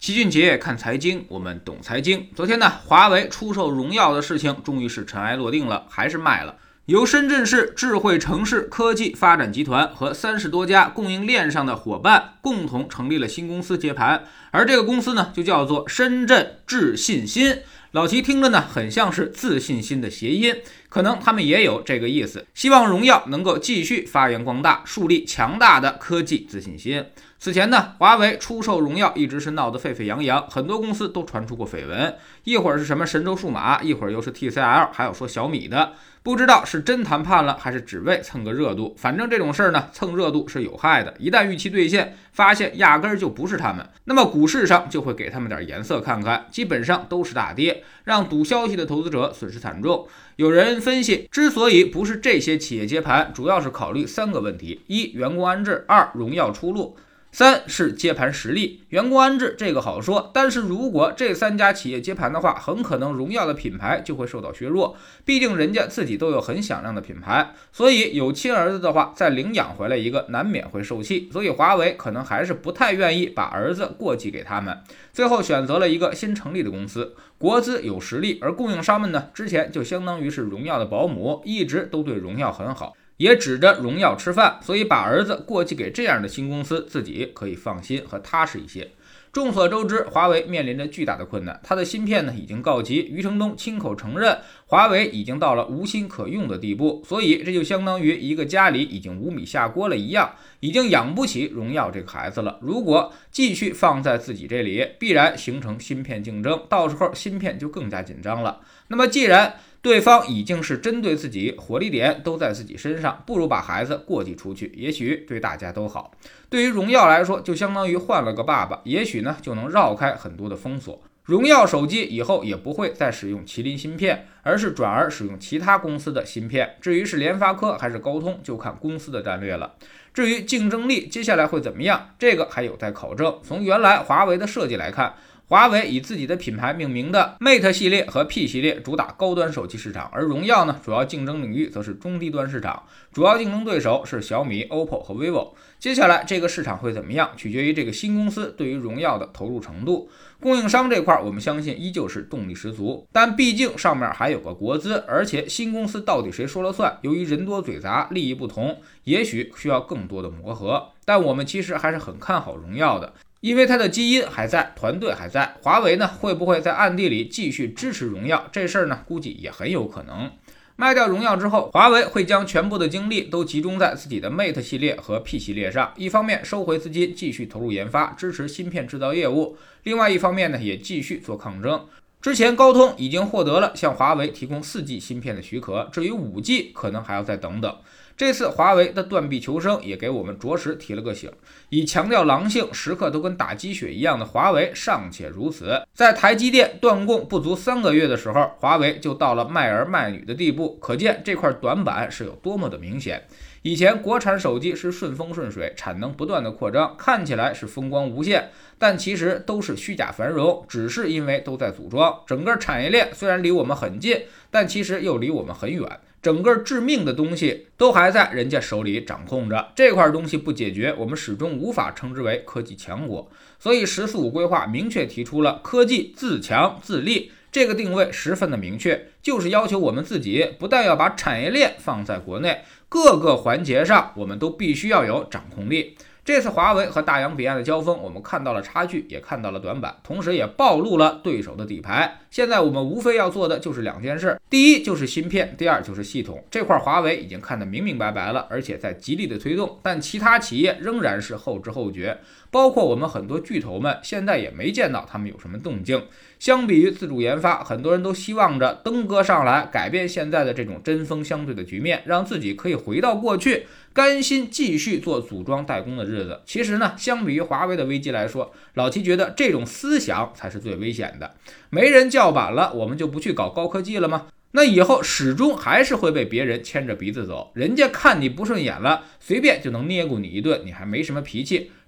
齐俊杰看财经，我们懂财经。昨天呢，华为出售荣耀的事情终于是尘埃落定了，还是卖了。由深圳市智慧城市科技发展集团和30多家供应链上的伙伴共同成立了新公司接盘，而这个公司呢，就叫做深圳智信新。老齐听着呢，很像是自信心的谐音，可能他们也有这个意思，希望荣耀能够继续发扬光大，树立强大的科技自信心。此前呢，华为出售荣耀一直是闹得沸沸扬扬，很多公司都传出过绯闻，一会儿是什么神州数码，一会儿又是 TCL， 还有说小米的，不知道是真谈判了还是只为蹭个热度。反正这种事儿呢，蹭热度是有害的，一旦预期兑现，发现压根儿就不是他们，那么股市上就会给他们点颜色看看，基本上都是大跌，让赌消息的投资者损失惨重。有人分析，之所以不是这些企业接盘，主要是考虑3个问题：一、员工安置；二、荣耀出路；3是接盘实力。员工安置这个好说，但是如果这3家企业接盘的话，很可能荣耀的品牌就会受到削弱，毕竟人家自己都有很响亮的品牌，所以有亲儿子的话，再领养回来一个难免会受气，所以华为可能还是不太愿意把儿子过继给他们，最后选择了一个新成立的公司，国资有实力，而供应商们呢，之前就相当于是荣耀的保姆，一直都对荣耀很好，也指着荣耀吃饭，所以把儿子过继给这样的新公司，自己可以放心和踏实一些。众所周知，华为面临着巨大的困难，它的芯片呢已经告急，余承东亲口承认，华为已经到了无芯可用的地步，所以这就相当于一个家里已经无米下锅了一样，已经养不起荣耀这个孩子了。如果继续放在自己这里，必然形成芯片竞争，到时候芯片就更加紧张了。那么既然对方已经是针对自己，火力点都在自己身上，不如把孩子过继出去，也许对大家都好。对于荣耀来说，就相当于换了个爸爸，也许呢就能绕开很多的封锁。荣耀手机以后也不会再使用麒麟芯片，而是转而使用其他公司的芯片。至于是联发科还是高通，就看公司的战略了。至于竞争力接下来会怎么样，这个还有待考证。从原来华为的设计来看，华为以自己的品牌命名的 Mate 系列和 P 系列主打高端手机市场，而荣耀呢，主要竞争领域则是中低端市场，主要竞争对手是小米、OPPO 和 vivo。接下来这个市场会怎么样，取决于这个新公司对于荣耀的投入程度。供应商这块我们相信依旧是动力十足，但毕竟上面还有个国资，而且新公司到底谁说了算，由于人多嘴杂，利益不同，也许需要更多的磨合。但我们其实还是很看好荣耀的，因为它的基因还在，团队还在。华为呢，会不会在暗地里继续支持荣耀？这事儿呢，估计也很有可能。卖掉荣耀之后，华为会将全部的精力都集中在自己的 Mate 系列和 P 系列上，一方面收回资金，继续投入研发，支持芯片制造业务；另外一方面呢，也继续做抗争。之前高通已经获得了向华为提供4G 芯片的许可，至于5G 可能还要再等等。这次华为的断臂求生也给我们着实提了个醒，以强调狼性，时刻都跟打鸡血一样的华为尚且如此，在台积电断供不足3个月的时候，华为就到了卖儿卖女的地步，可见这块短板是有多么的明显。以前国产手机是顺风顺水，产能不断的扩张，看起来是风光无限，但其实都是虚假繁荣，只是因为都在组装。整个产业链虽然离我们很近，但其实又离我们很远，整个致命的东西都还在人家手里掌控着，这块东西不解决，我们始终无法称之为科技强国。所以十四五规划明确提出了科技自强自立，这个定位十分的明确，就是要求我们自己不但要把产业链放在国内，各个环节上我们都必须要有掌控力。这次华为和大洋彼岸的交锋，我们看到了差距，也看到了短板，同时也暴露了对手的底牌。现在我们无非要做的就是2件事，第一就是芯片，第二就是系统。这块华为已经看得明明白白了，而且在极力的推动，但其他企业仍然是后知后觉，包括我们很多巨头们，现在也没见到他们有什么动静。相比于自主研发，很多人都希望着登哥上来改变现在的这种针锋相对的局面，让自己可以回到过去，甘心继续做组装代工的日子。其实呢，相比于华为的危机来说，老齐觉得这种思想才是最危险的。没人叫板了，我们就不去搞高科技了吗？那以后始终还是会被别人牵着鼻子走，人家看你不顺眼了，随便就能捏咕你一顿，你还没什么脾气。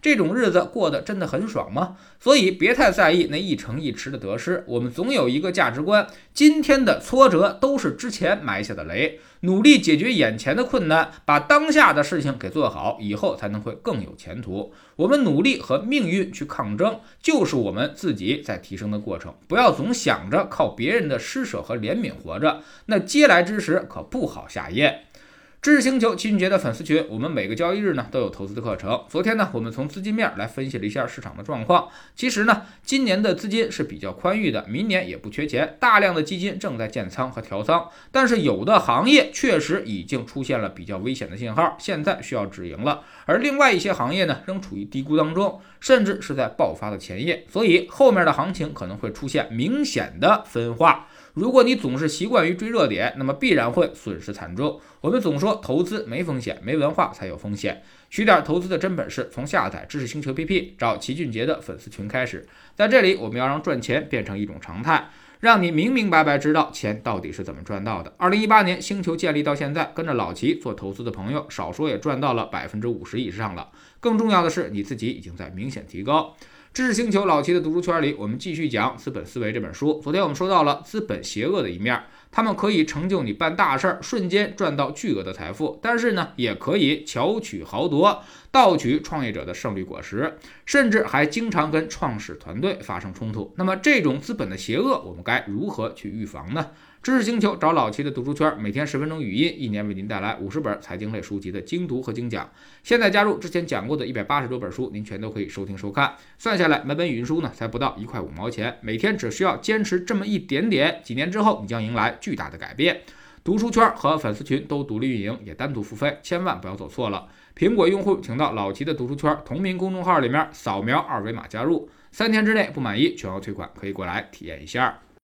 这种日子过得真的很爽吗？所以别太在意那一城一池的得失，我们总有一个价值观，今天的挫折都是之前埋下的雷，努力解决眼前的困难，把当下的事情给做好，以后才能会更有前途。我们努力和命运去抗争，就是我们自己在提升的过程。不要总想着靠别人的施舍和怜悯活着，那嗟来之食可不好下咽。知识星球齐俊杰的粉丝群，我们每个交易日呢都有投资的课程。昨天呢，我们从资金面来分析了一下市场的状况。其实呢，今年的资金是比较宽裕的，明年也不缺钱，大量的基金正在建仓和调仓。但是有的行业确实已经出现了比较危险的信号，现在需要止盈了。而另外一些行业呢，仍处于低估当中，甚至是在爆发的前夜，所以后面的行情可能会出现明显的分化。如果你总是习惯于追热点，那么必然会损失惨重。我们总说投资没风险，没文化才有风险。学点投资的真本事，从下载知识星球 APP 找齐俊杰的粉丝群开始。在这里，我们要让赚钱变成一种常态，让你明明白白知道钱到底是怎么赚到的。2018年星球建立到现在，跟着老齐做投资的朋友，少说也赚到了50%以上了。更重要的是，你自己已经在明显提高。知识星球老齐的读书圈里，我们继续讲《资本思维》这本书。昨天我们说到了资本邪恶的一面，他们可以成就你办大事儿，瞬间赚到巨额的财富，但是呢，也可以巧取豪夺，盗取创业者的胜利果实，甚至还经常跟创始团队发生冲突。那么这种资本的邪恶，我们该如何去预防呢？知识星球找老齐的读书圈，每天10分钟语音，一年为您带来50本财经类书籍的精读和精讲。现在加入之前讲过的180多本书，您全都可以收听收看。算下来，每本语音书呢才不到1块5毛钱，每天只需要坚持这么一点点，几年之后你将迎来巨大的改变。读书圈和粉丝群都独立运营，也单独付费，千万不要走错了。苹果用户请到老齐的读书圈同名公众号里面扫描2维码加入，3天之内不满意全额退款，可以过来体验一下。